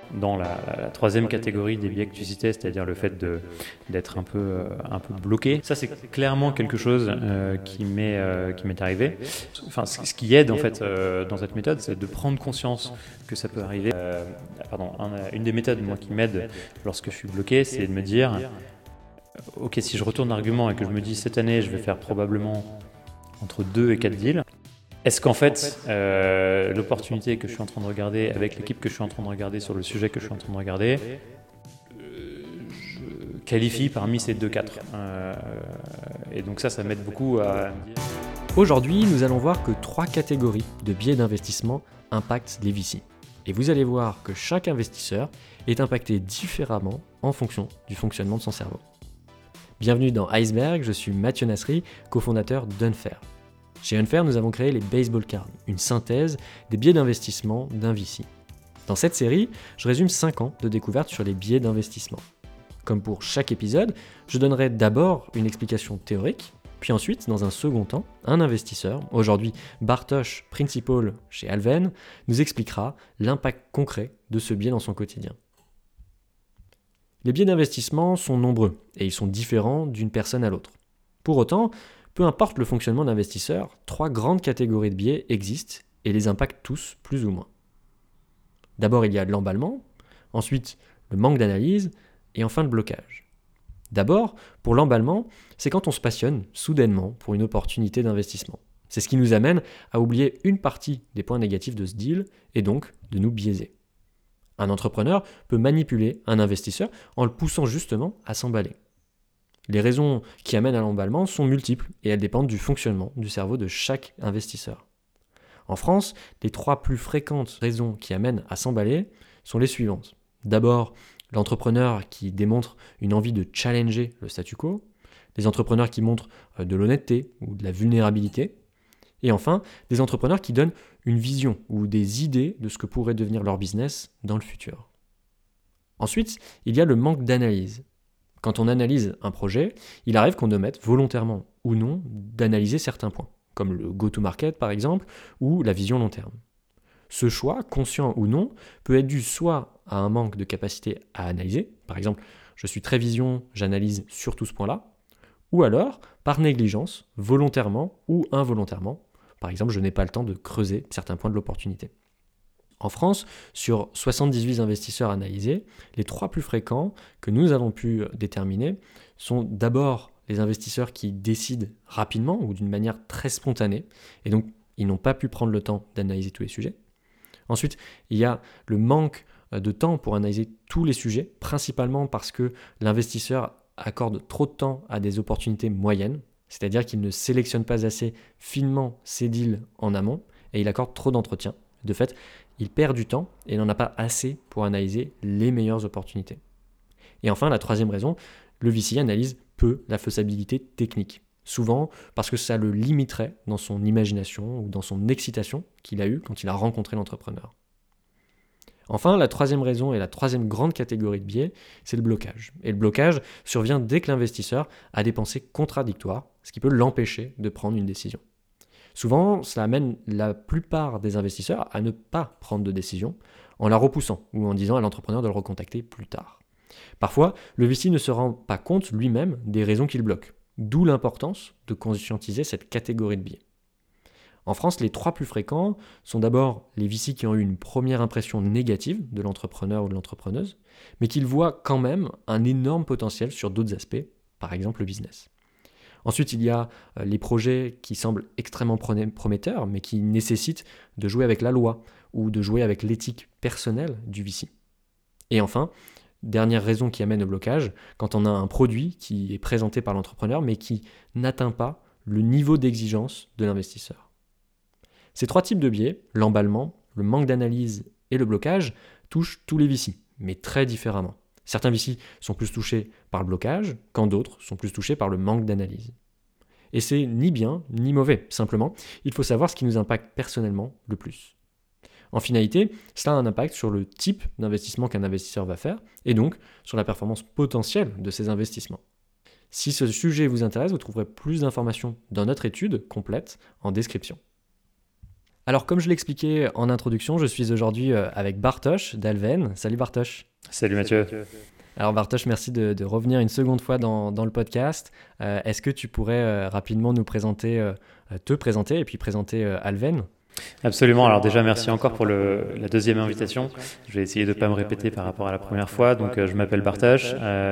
dans la troisième catégorie des biais que tu citais, c'est-à-dire le fait d'être un peu bloqué. Ça, c'est clairement quelque chose qui m'est arrivé. Enfin, ce qui aide en fait dans cette méthode, c'est de prendre conscience que ça peut arriver. Une des méthodes moi qui m'aide lorsque je suis bloqué, c'est de me dire ok, si je retourne l'argument et que je me dis cette année je vais faire probablement entre 2 et 4 deals, est-ce qu'en fait l'opportunité que je suis en train de regarder avec l'équipe que je suis en train de regarder sur le sujet que je suis en train de regarder je qualifie parmi ces 2-4 et donc ça m'aide beaucoup à me dire... Aujourd'hui, nous allons voir que 3 catégories de biais d'investissement impactent les VC. Et vous allez voir que chaque investisseur est impacté différemment en fonction du fonctionnement de son cerveau. Bienvenue dans Iceberg, je suis Mathieu Nasri, cofondateur d'Unfair. Chez Unfair, nous avons créé les Baseball Cards, une synthèse des biais d'investissement d'un VC. Dans cette série, je résume 5 ans de découvertes sur les biais d'investissement. Comme pour chaque épisode, je donnerai d'abord une explication théorique, puis ensuite, dans un second temps, un investisseur, aujourd'hui Bartosz Principal chez Alven, nous expliquera l'impact concret de ce biais dans son quotidien. Les biais d'investissement sont nombreux et ils sont différents d'une personne à l'autre. Pour autant, peu importe le fonctionnement d'investisseur, 3 grandes catégories de biais existent et les impactent tous plus ou moins. D'abord, il y a l'emballement, ensuite le manque d'analyse et enfin le blocage. D'abord, pour l'emballement, c'est quand on se passionne soudainement pour une opportunité d'investissement. C'est ce qui nous amène à oublier une partie des points négatifs de ce deal et donc de nous biaiser. Un entrepreneur peut manipuler un investisseur en le poussant justement à s'emballer. Les raisons qui amènent à l'emballement sont multiples et elles dépendent du fonctionnement du cerveau de chaque investisseur. En France, les 3 plus fréquentes raisons qui amènent à s'emballer sont les suivantes. D'abord, l'entrepreneur qui démontre une envie de challenger le statu quo, des entrepreneurs qui montrent de l'honnêteté ou de la vulnérabilité, et enfin, des entrepreneurs qui donnent une vision ou des idées de ce que pourrait devenir leur business dans le futur. Ensuite, il y a le manque d'analyse. Quand on analyse un projet, il arrive qu'on omette volontairement ou non d'analyser certains points, comme le go-to-market par exemple, ou la vision long terme. Ce choix, conscient ou non, peut être dû soit à un manque de capacité à analyser, par exemple, je suis très vision, j'analyse surtout ce point-là, ou alors par négligence, volontairement ou involontairement, par exemple, je n'ai pas le temps de creuser certains points de l'opportunité. En France, sur 78 investisseurs analysés, les 3 plus fréquents que nous avons pu déterminer sont d'abord les investisseurs qui décident rapidement ou d'une manière très spontanée, et donc ils n'ont pas pu prendre le temps d'analyser tous les sujets. Ensuite, il y a le manque de temps pour analyser tous les sujets, principalement parce que l'investisseur accorde trop de temps à des opportunités moyennes, c'est-à-dire qu'il ne sélectionne pas assez finement ses deals en amont et il accorde trop d'entretien. De fait, il perd du temps et il n'en a pas assez pour analyser les meilleures opportunités. Et enfin, la 3e raison, le VC analyse peu la faisabilité technique. Souvent parce que ça le limiterait dans son imagination ou dans son excitation qu'il a eue quand il a rencontré l'entrepreneur. Enfin, la 3e raison et la 3e grande catégorie de biais, c'est le blocage. Et le blocage survient dès que l'investisseur a des pensées contradictoires, ce qui peut l'empêcher de prendre une décision. Souvent, cela amène la plupart des investisseurs à ne pas prendre de décision en la repoussant ou en disant à l'entrepreneur de le recontacter plus tard. Parfois, le VC ne se rend pas compte lui-même des raisons qui le bloquent, d'où l'importance de conscientiser cette catégorie de biais. En France, les 3 plus fréquents sont d'abord les VC qui ont eu une première impression négative de l'entrepreneur ou de l'entrepreneuse, mais qui voient quand même un énorme potentiel sur d'autres aspects, par exemple le business. Ensuite, il y a les projets qui semblent extrêmement prometteurs, mais qui nécessitent de jouer avec la loi ou de jouer avec l'éthique personnelle du VC. Et enfin, dernière raison qui amène au blocage, quand on a un produit qui est présenté par l'entrepreneur, mais qui n'atteint pas le niveau d'exigence de l'investisseur. Ces 3 types de biais, l'emballement, le manque d'analyse et le blocage, touchent tous les VC, mais très différemment. Certains VC sont plus touchés par le blocage, quand d'autres sont plus touchés par le manque d'analyse. Et c'est ni bien ni mauvais, simplement, il faut savoir ce qui nous impacte personnellement le plus. En finalité, cela a un impact sur le type d'investissement qu'un investisseur va faire, et donc sur la performance potentielle de ses investissements. Si ce sujet vous intéresse, vous trouverez plus d'informations dans notre étude complète en description. Alors, comme je l'expliquais en introduction, je suis aujourd'hui avec Bartosz d'Alven. Salut Bartosz. Salut Mathieu. Alors Bartosz, merci de revenir une seconde fois dans le podcast. Est-ce que tu pourrais rapidement nous présenter, te présenter et puis présenter Alven ? Absolument. Alors déjà, merci encore pour la deuxième invitation. Je vais essayer de ne pas me répéter par rapport à la première fois. Donc, je m'appelle Bartosz,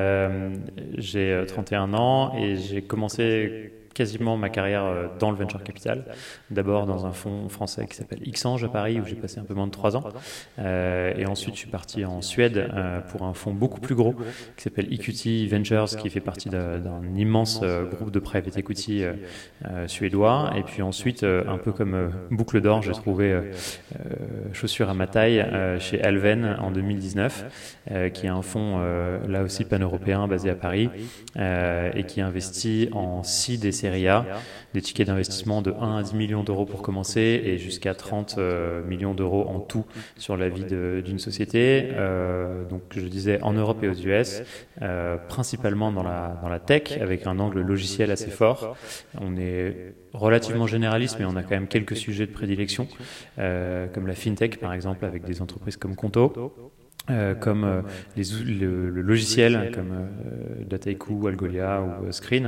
j'ai 31 ans et j'ai commencé quasiment ma carrière dans le venture capital. D'abord dans un fonds français qui s'appelle Xange à Paris, où j'ai passé un peu moins de 3 ans. Et ensuite, je suis parti en Suède pour un fonds beaucoup plus gros qui s'appelle EQT Ventures, qui fait partie d'un immense groupe de private equity suédois. Et puis ensuite, un peu comme boucle d'or, j'ai trouvé chaussure à ma taille chez Alven en 2019, qui est un fonds là aussi pan-européen basé à Paris et qui investit en seed et série A, des tickets d'investissement de 1 à 10 millions d'euros pour commencer et jusqu'à 30 millions d'euros en tout sur la vie d'une société. Donc je disais en Europe et aux US, principalement dans la tech avec un angle logiciel assez fort. On est relativement généraliste, mais on a quand même quelques sujets de prédilection, comme la fintech par exemple, avec des entreprises comme Conto. Comme le logiciel comme Dataiku, Algolia ou Screen,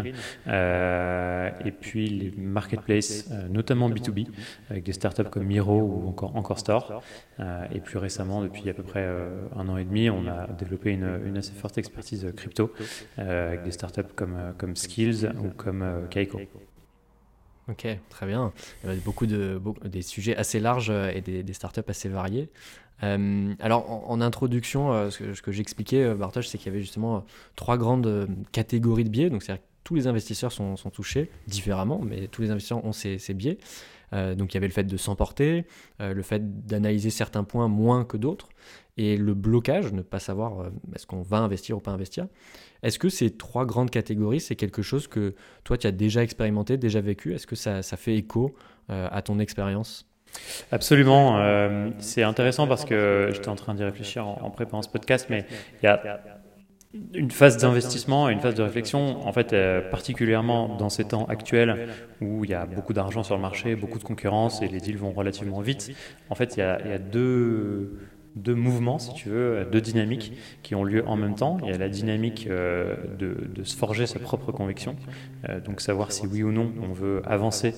et puis les marketplaces, notamment B2B, avec des startups comme Miro ou encore Store. Et plus récemment, depuis à peu près 1 an et demi, on a développé une assez forte expertise crypto, avec des startups comme Skills ou comme Kaiko. Ok, très bien. Il y a des sujets assez larges et des startups assez variées. Alors en introduction, ce que j'expliquais, Bartosz, c'est qu'il y avait justement 3 grandes catégories de biais. Donc c'est-à-dire que tous les investisseurs sont touchés différemment, mais tous les investisseurs ont ces biais. Donc il y avait le fait de s'emporter, le fait d'analyser certains points moins que d'autres, et le blocage, ne pas savoir est-ce qu'on va investir ou pas investir. Est-ce que ces 3 grandes catégories, c'est quelque chose que toi tu as déjà expérimenté, déjà vécu ? Est-ce que ça fait écho à ton expérience ? Absolument. C'est intéressant parce que j'étais en train d'y réfléchir en préparant ce podcast, mais il y a une phase d'investissement et une phase de réflexion, en fait, particulièrement dans ces temps actuels où il y a beaucoup d'argent sur le marché, beaucoup de concurrence et les deals vont relativement vite. En fait, il y a deux mouvements, si tu veux, 2 dynamiques qui ont lieu en même temps. Il y a la dynamique de se forger sa propre conviction, donc savoir si oui ou non on veut avancer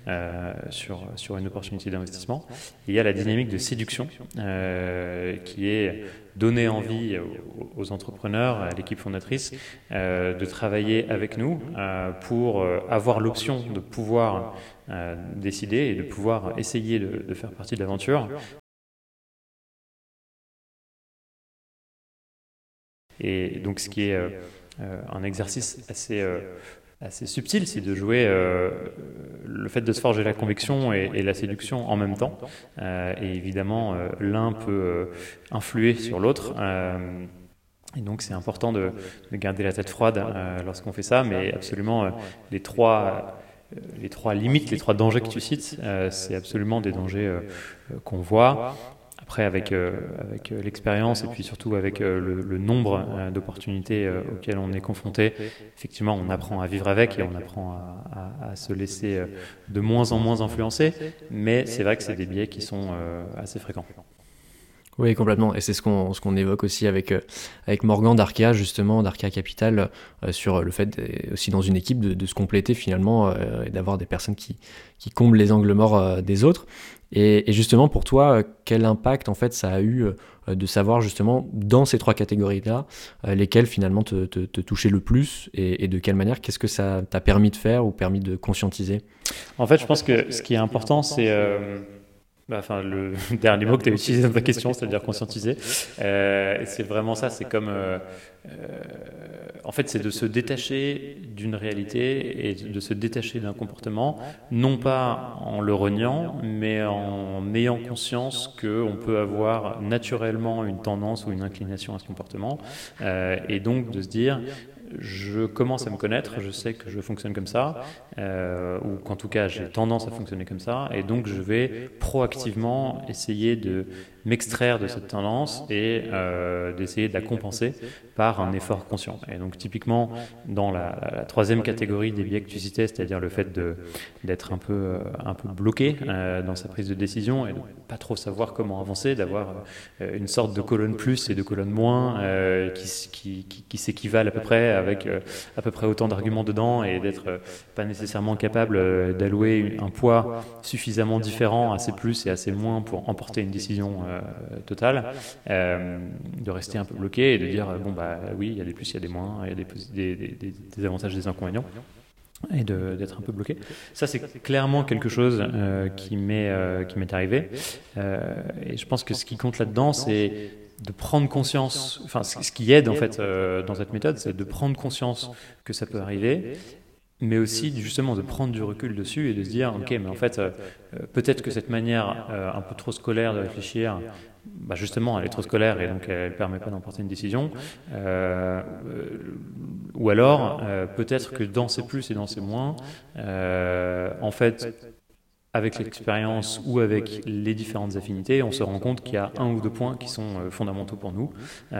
sur une opportunité d'investissement. Et il y a la dynamique de séduction qui est donner envie aux entrepreneurs, à l'équipe fondatrice, de travailler avec nous pour avoir l'option de pouvoir décider et de pouvoir essayer de faire partie de l'aventure. Et donc, ce qui est un exercice assez subtil, c'est de jouer le fait de se forger la conviction et la séduction en même temps. Et évidemment, l'un peut influer sur l'autre. Et donc, c'est important de garder la tête froide lorsqu'on fait ça. Mais absolument, les trois limites, les 3 dangers que tu cites, c'est absolument des dangers qu'on voit. Après, avec l'expérience et puis surtout avec le nombre d'opportunités auxquelles on est confronté, effectivement, on apprend à vivre avec et on apprend à se laisser de moins en moins influencer. Mais c'est vrai que c'est des biais qui sont assez fréquents. Oui, complètement. Et c'est ce qu'on évoque aussi avec Morgan d'Arkea, justement, d'Arkea Capital, sur le fait aussi dans une équipe de se compléter finalement et d'avoir des personnes qui comblent les angles morts des autres. Et justement, pour toi, quel impact en fait ça a eu de savoir justement dans ces 3 catégories-là, lesquelles finalement te touchaient le plus et de quelle manière, qu'est-ce que ça t'a permis de faire ou permis de conscientiser ? En fait, je pense que ce qui est important, c'est le dernier mot que tu as utilisé dans ta question, c'est-à-dire conscientiser. C'est vraiment ça, c'est comme... en fait, c'est de se détacher d'une réalité et de se détacher d'un comportement, non pas en le reniant, mais en ayant conscience qu'on peut avoir naturellement une tendance ou une inclination à ce comportement. Et donc de se dire... je commence à me connaître, je sais que je fonctionne comme ça, ou qu'en tout cas j'ai tendance à fonctionner comme ça, et donc je vais proactivement essayer de m'extraire de cette tendance et d'essayer de la compenser par un effort conscient. Et donc typiquement dans la troisième catégorie des biais que tu citais, c'est-à-dire le fait d'être un peu bloqué dans sa prise de décision et de pas trop savoir comment avancer, d'avoir une sorte de colonne plus et de colonne moins qui s'équivalent à peu près avec à peu près autant d'arguments dedans et d'être pas nécessairement capable d'allouer un poids suffisamment différent à ces plus et à ces moins pour emporter une décision totale, de rester un peu bloqué et de dire bon bah oui, il y a des plus, il y a des moins, il y a des avantages, des inconvénients, et d'être un peu bloqué. Ça, c'est clairement quelque chose qui m'est arrivé. Et je pense que ce qui compte là-dedans, c'est de prendre conscience, enfin ce qui aide en fait dans cette méthode, c'est de prendre conscience que ça peut arriver, mais aussi justement de prendre du recul dessus et de se dire ok, mais en fait peut-être que cette manière un peu trop scolaire de réfléchir, bah justement elle est trop scolaire et donc elle ne permet pas d'emporter une décision, ou alors peut-être que dans ces plus et dans ces moins, en fait avec l'expérience ou avec les différentes affinités, on se rend compte qu'il y a un ou deux points qui sont fondamentaux pour nous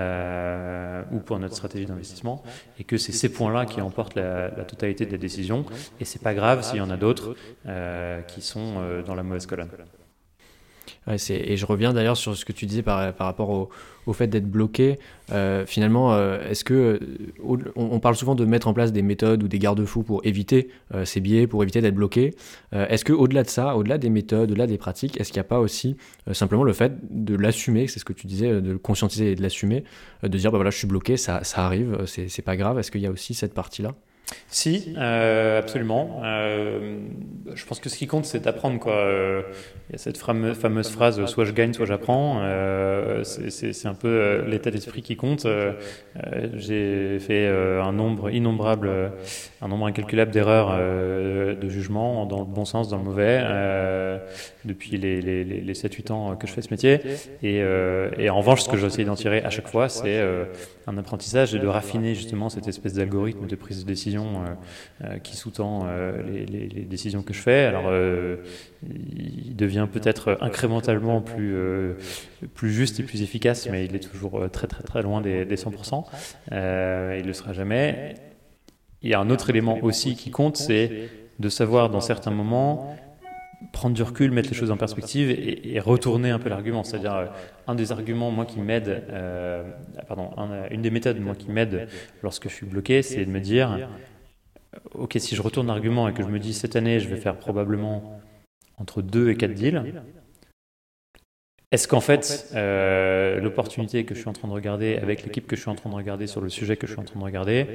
ou pour notre stratégie d'investissement, et que c'est ces points-là qui emportent la totalité de la décision. Et c'est pas grave s'il y en a d'autres qui sont dans la mauvaise colonne. Ouais, et je reviens d'ailleurs sur ce que tu disais par rapport au fait d'être bloqué. Finalement, est-ce que on parle souvent de mettre en place des méthodes ou des garde-fous pour éviter ces biais, pour éviter d'être bloqué. Est-ce que au-delà de ça, au-delà des méthodes, au-delà des pratiques, est-ce qu'il n'y a pas aussi simplement le fait de l'assumer, c'est ce que tu disais, de le conscientiser et de l'assumer, de dire bah voilà, je suis bloqué, ça arrive, c'est pas grave. Est-ce qu'il y a aussi cette partie-là ? Si, absolument. Je pense que ce qui compte, c'est d'apprendre, quoi. Il y a cette fameuse phrase soit je gagne, soit j'apprends. C'est un peu l'état d'esprit qui compte. J'ai fait un nombre incalculable d'erreurs de jugement, dans le bon sens, dans le mauvais, depuis les 7-8 ans que je fais ce métier. Et en revanche, ce que j'essaie d'en tirer à chaque fois, c'est un apprentissage et de raffiner justement cette espèce d'algorithme de prise de décision qui sous-tend les décisions que je fais. Alors, il devient peut-être incrémentalement plus juste et plus efficace, mais il est toujours très très très loin des 100%. Il ne le sera jamais. Il y a un autre élément aussi qui compte, c'est de savoir dans certains moments prendre du recul, mettre les choses en perspective et retourner un peu l'argument. C'est-à-dire, un des arguments, moi, qui m'aide, une des méthodes, moi, qui m'aide lorsque je suis bloqué, c'est de me dire, ok, si je retourne l'argument et que je me dis, cette année, je vais faire probablement entre 2 et 4 deals, est-ce qu'en fait, l'opportunité que je suis en train de regarder, avec l'équipe que je suis en train de regarder, sur le sujet que je suis en train de regarder,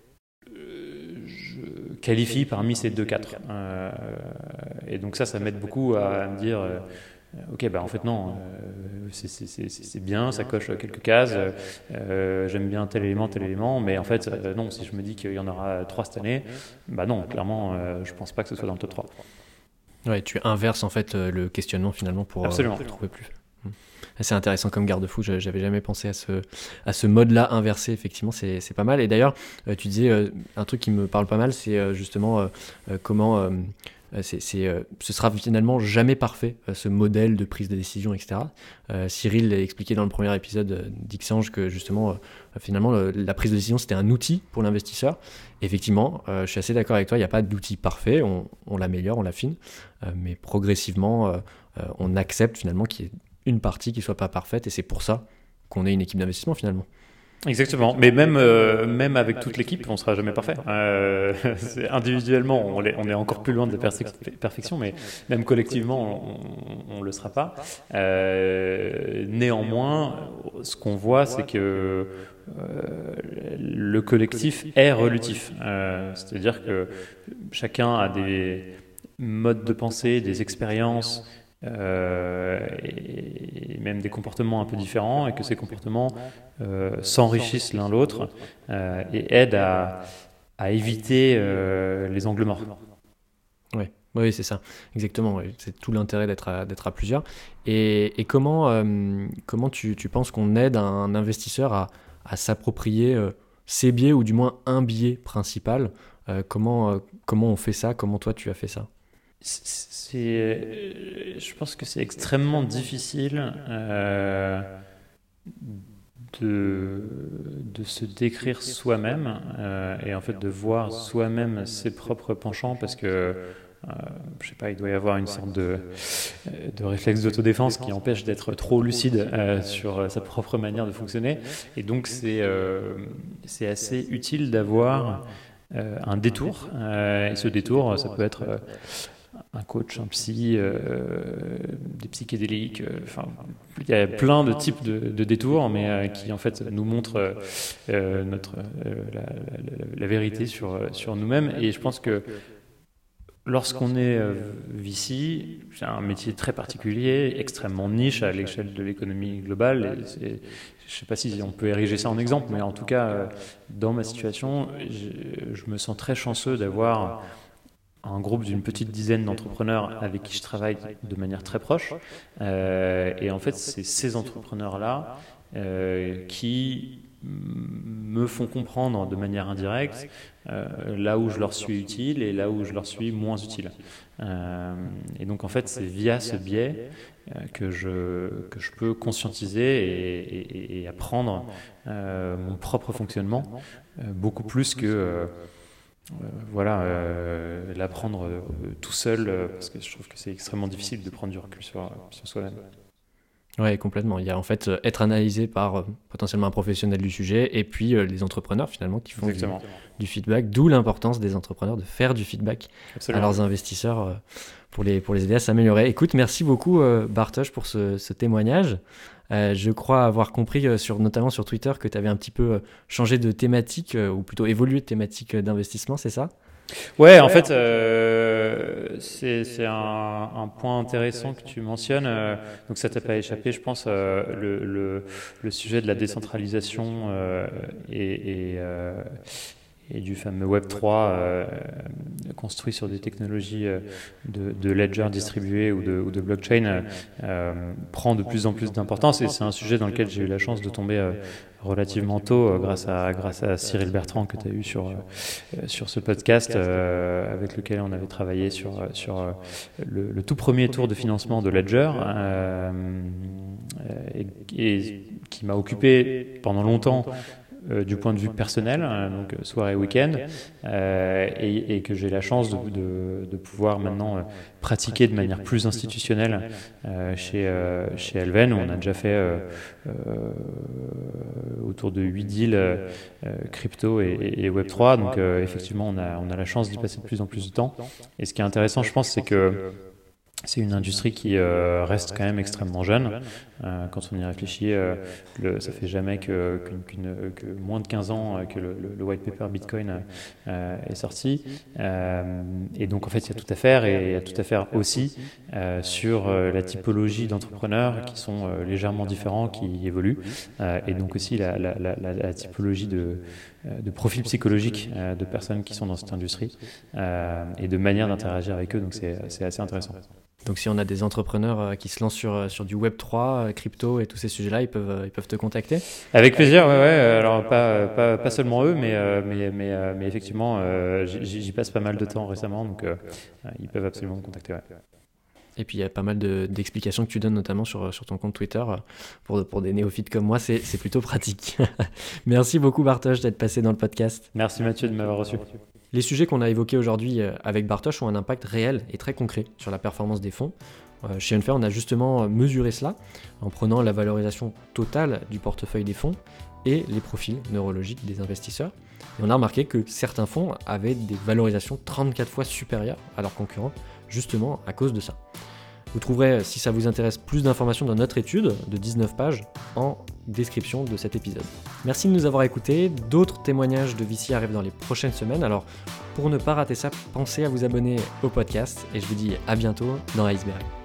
qualifie parmi ces 2-4. Et donc ça m'aide beaucoup à me dire ok, bah en fait non, c'est bien, ça coche quelques cases, j'aime bien tel élément, mais en fait non, si je me dis qu'il y en aura 3 cette année, bah non, clairement je pense pas que ce soit dans le top 3. Ouais, tu inverses en fait le questionnement finalement pour trouver plus. C'est intéressant comme garde-fou, j'avais jamais pensé à ce mode-là inversé, effectivement, c'est pas mal. Et d'ailleurs, tu disais un truc qui me parle pas mal, c'est justement comment ce sera finalement jamais parfait, ce modèle de prise de décision, etc. Cyril l'a expliqué dans le premier épisode d'Xange que justement, finalement, la prise de décision, c'était un outil pour l'investisseur. Effectivement, je suis assez d'accord avec toi, il n'y a pas d'outil parfait, on l'améliore, on l'affine, mais progressivement, on accepte finalement qu'il y ait une partie qui soit pas parfaite, et c'est pour ça qu'on est une équipe d'investissement finalement. Exactement, mais même avec toute l'équipe, on sera jamais parfait. Individuellement, on est encore plus loin de la perfection, mais même collectivement, on le sera pas. Néanmoins, ce qu'on voit, c'est que le collectif est relutif. C'est-à-dire que chacun a des modes de pensée, des expériences, et même des comportements un peu différents, et que ces comportements s'enrichissent l'un l'autre et aident à éviter les angles morts. Oui, c'est ça, exactement. Ouais. C'est tout l'intérêt d'être à plusieurs. Et comment tu penses qu'on aide un investisseur à s'approprier ces biais ou du moins un biais principal. Comment on fait ça? Comment toi tu as fait ça? Je pense que c'est extrêmement difficile de se décrire soi-même et en fait de voir soi-même ses propres penchants parce que je sais pas, il doit y avoir une sorte de réflexe d'autodéfense qui empêche d'être trop lucide sur sa propre manière de fonctionner, et donc c'est assez utile d'avoir un détour, et ce détour ça peut être un coach, un psy, des psychédéliques, il y a plein de types de détours, mais qui en fait nous montrent la vérité sur nous-mêmes. Et je pense que lorsqu'on est VC, c'est un métier très particulier, extrêmement niche à l'échelle de l'économie globale. Et je ne sais pas si on peut ériger ça en exemple, mais en tout cas, dans ma situation, je me sens très chanceux d'avoir un groupe d'une petite dizaine d'entrepreneurs avec qui je travaille de manière très proche. Et en fait, c'est ces entrepreneurs-là qui me font comprendre de manière indirecte là où je leur suis utile et là où je leur suis moins utile. Et donc en fait, c'est via ce biais que je peux conscientiser et apprendre mon propre fonctionnement beaucoup plus que l'apprendre tout seul, parce que je trouve que c'est extrêmement difficile de prendre du recul sur soi-même. Oui, complètement. Il y a en fait être analysé par potentiellement un professionnel du sujet et puis les entrepreneurs finalement qui font du feedback, d'où l'importance des entrepreneurs de faire du feedback à leurs investisseurs pour les aider à s'améliorer. Écoute, merci beaucoup Bartosz pour ce témoignage. Je crois avoir compris, notamment sur Twitter, que tu avais un petit peu changé de thématique, ou plutôt évolué de thématique d'investissement, c'est ça ? Ouais, en fait, c'est un point intéressant que tu mentionnes. Donc ça t'a pas échappé, je pense, le sujet de la décentralisation et du fameux Web3 construit sur des technologies de ledger distribué ou de blockchain prend de plus en plus d'importance, et c'est un sujet dans lequel j'ai eu la chance de tomber relativement tôt grâce à Cyril Bertrand que tu as eu sur ce podcast avec lequel on avait travaillé sur le tout premier tour de financement de Ledger et qui m'a occupé pendant longtemps du point de vue personnel, donc soir et week-end, et que j'ai la chance de pouvoir maintenant pratiquer de manière plus institutionnelle chez Elven, où on a déjà fait autour de 8 deals crypto et Web3, donc effectivement on a la chance d'y passer de plus en plus de temps. Et ce qui est intéressant, je pense, c'est que c'est une industrie qui reste quand même extrêmement jeune. Quand on y réfléchit, ça fait jamais que moins de 15 ans que le white paper Bitcoin est sorti. Et donc en fait, il y a tout à faire, et il y a tout à faire aussi sur la typologie d'entrepreneurs qui sont légèrement différents, qui évoluent, et donc aussi la typologie de profil psychologique de personnes qui sont dans cette industrie et de manière d'interagir avec eux. Donc c'est assez intéressant. Donc si on a des entrepreneurs qui se lancent sur du Web3, crypto et tous ces sujets-là, ils peuvent te contacter ? Avec plaisir, ouais. Alors pas seulement eux, mais effectivement, j'y passe pas mal de temps récemment, donc ils peuvent absolument me contacter. Ouais. Et puis il y a pas mal d'explications que tu donnes, notamment sur ton compte Twitter. Pour des néophytes comme moi, c'est plutôt pratique. Merci beaucoup Bartosz d'être passé dans le podcast. Merci Mathieu de m'avoir reçu. Les sujets qu'on a évoqués aujourd'hui avec Bartosz ont un impact réel et très concret sur la performance des fonds. Chez Unfair, on a justement mesuré cela en prenant la valorisation totale du portefeuille des fonds et les profils neurologiques des investisseurs. Et on a remarqué que certains fonds avaient des valorisations 34 fois supérieures à leurs concurrents, justement à cause de ça. Vous trouverez, si ça vous intéresse, plus d'informations dans notre étude de 19 pages en description de cet épisode. Merci de nous avoir écoutés. D'autres témoignages de VC arrivent dans les prochaines semaines. Alors, pour ne pas rater ça, pensez à vous abonner au podcast et je vous dis à bientôt dans Iceberg.